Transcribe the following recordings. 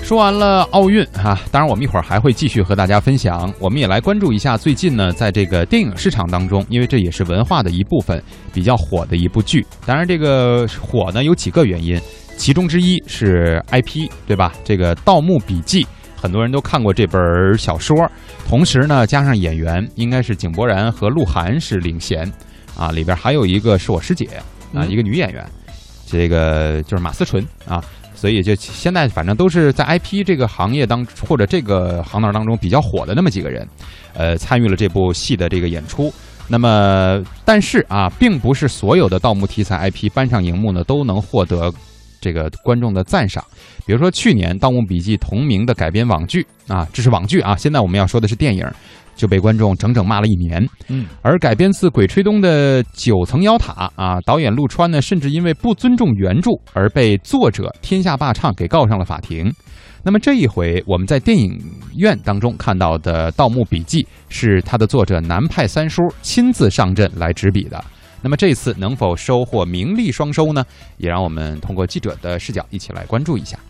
说完了奥运当然我们一会儿还会继续和大家分享。我们也来关注一下最近呢，在这个电影市场当中，因为这也是文化的一部分，比较火的一部剧。当然这个火呢有几个原因，其中之一是 IP， 对吧？这个《盗墓笔记》很多人都看过这本小说，同时呢加上演员应该是井柏然和鹿晗是领衔里边还有一个是我师姐一个女演员，这个就是马思纯所以就现在反正都是在 IP 这个行业或者这个行当当中比较火的那么几个人，参与了这部戏的这个演出。那么，但是并不是所有的盗墓题材 IP 搬上荧幕呢都能获得这个观众的赞赏。比如说去年《盗墓笔记》同名的改编网剧这是网剧现在我们要说的是电影，就被观众整整骂了1年。而改编自《鬼吹灯》的《九层妖塔》导演陆川呢，甚至因为不尊重原著而被作者天下霸唱给告上了法庭。那么这一回我们在电影院当中看到的《盗墓笔记》是他的作者南派三叔亲自上阵来执笔的。那么这次能否收获名利双收呢？也让我们通过记者的视角一起来关注一下。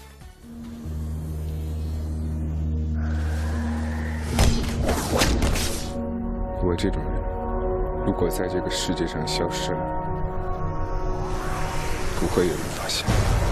我这种人，如果在这个世界上消失了，不会有人发现。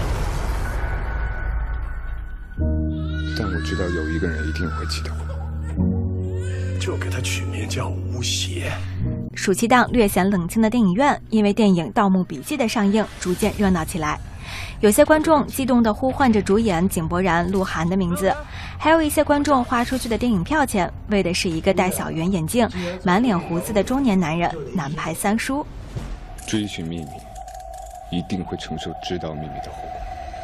但我知道有一个人一定会记得我， 就给他取名叫吴邪。 暑期档略显冷清的电影院，因为电影《盗墓笔记》的上映，逐渐热闹起来。有些观众激动地呼唤着主演井柏然、鹿晗的名字，还有一些观众花出去的电影票钱，为的是一个戴小圆眼镜、满脸胡子的中年男人南派三叔。 追寻秘密，一定会承受知道秘密的后果。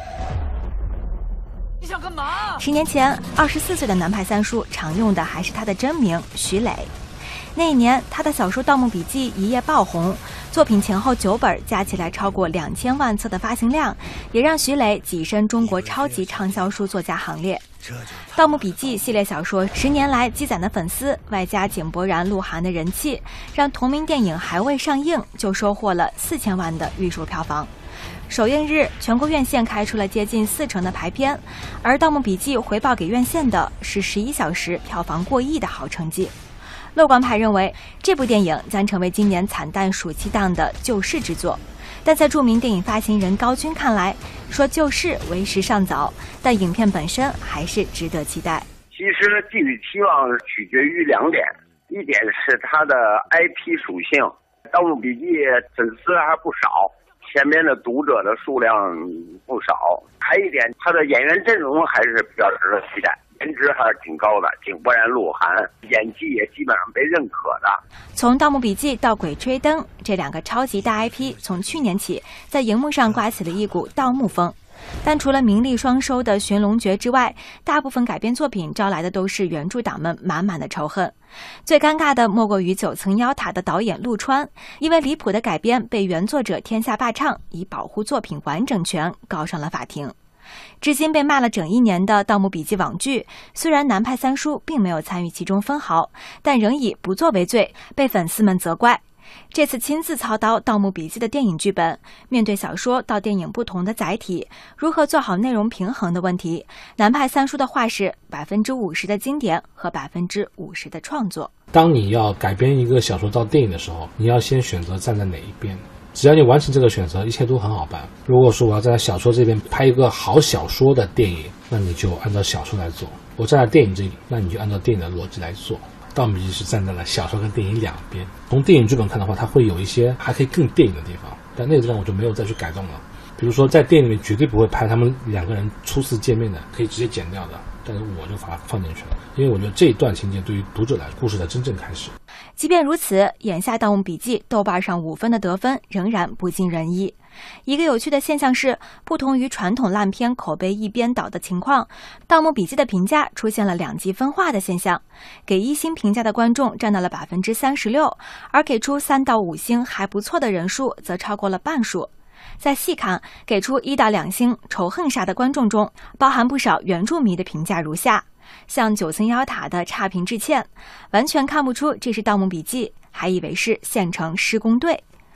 你想干嘛 ？10年前，24岁的南派三叔常用的还是他的真名徐磊。那一年，他的小说《盗墓笔记》一夜爆红，作品前后9本加起来超过2000万册的发行量，也让徐磊跻身中国超级畅销书作家行列。《盗墓笔记》系列小说10年来积攒的粉丝，外加井柏然、鹿晗的人气，让同名电影还未上映就收获了4000万的预售票房。首映日，全国院线开出了接近40%的排片，而《盗墓笔记》回报给院线的是11小时票房过亿的好成绩。乐观派认为，这部电影将成为今年惨淡暑期档的救市之作。但在著名电影发行人高军看来，说救市为时尚早，但影片本身还是值得期待。 其实寄予期望取决于2点，一点是它的 IP 属性，《盗墓笔记》粉丝还不少，前面的读者的数量不少，还一点它的演员阵容还是比较值得期待。颜值还是挺高的，井柏然、鹿晗演技也基本上被认可的。 从《盗墓笔记》到《鬼吹灯》，这2个超级大 IP 从去年起在荧幕上刮起了一股盗墓风。但除了名利双收的《寻龙诀》之外，大部分改编作品招来的都是原著党们满满的仇恨。最尴尬的莫过于《9层妖塔》的导演陆川，因为离谱的改编被原作者天下霸唱，以保护作品完整权告上了法庭。至今被骂了整1年的《盗墓笔记》网剧，虽然南派三叔并没有参与其中分毫，但仍以不作为罪，被粉丝们责怪。这次亲自操刀《盗墓笔记》的电影剧本，面对小说到电影不同的载体，如何做好内容平衡的问题，南派三叔的话是50%的经典和50%的创作。 当你要改编一个小说到电影的时候，你要先选择站在哪一边。只要你完成这个选择，一切都很好办。如果说我要站在小说这边拍一个好小说的电影，那你就按照小说来做；我站在电影这里，那你就按照电影的逻辑来做。盗墓笔记是站在了小说跟电影两边。从电影剧本看的话，它会有一些还可以更电影的地方，但那个地方我就没有再去改动了。比如说在电影里面绝对不会拍他们2个人初次见面的，可以直接剪掉的，但是我就把它放进去了，因为我觉得这一段情节对于读者来说，故事的真正开始。 即便如此，眼下《盗墓笔记》豆瓣上5分的得分仍然不尽人意。一个有趣的现象是，不同于传统烂片口碑一边倒的情况，《盗墓笔记》的评价出现了2极分化的现象，给1星评价的观众占到了36%，而给出3到5星还不错的人数则超过了半数。再细看，给出1到2星仇恨杀的观众中，包含不少原著迷的评价如下。像9层妖塔的差评致歉，完全看不出这是《盗墓笔记》，还以为是县城施工队。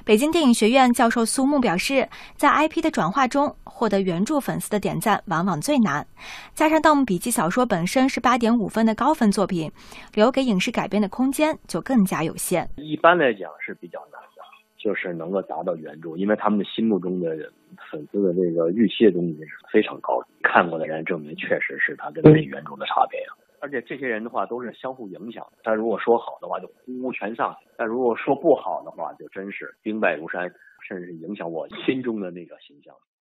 北京电影学院教授苏木表示，在 IP 的转化中，获得原著粉丝的点赞往往最难。加上《盗墓笔记》小说本身是8.5分的高分作品，留给影视改编的空间就更加有限。 一般来讲是比较难的，就是能够达到原著，因为他们的心目中的粉丝的这个预期的东西是非常高的。看过的人证明，确实是他跟原著的差别呀。而且这些人的话都是相互影响，他如果说好的话就呼全上去，但如果说不好的话就真是兵败如山，甚至影响我心中的那个形象。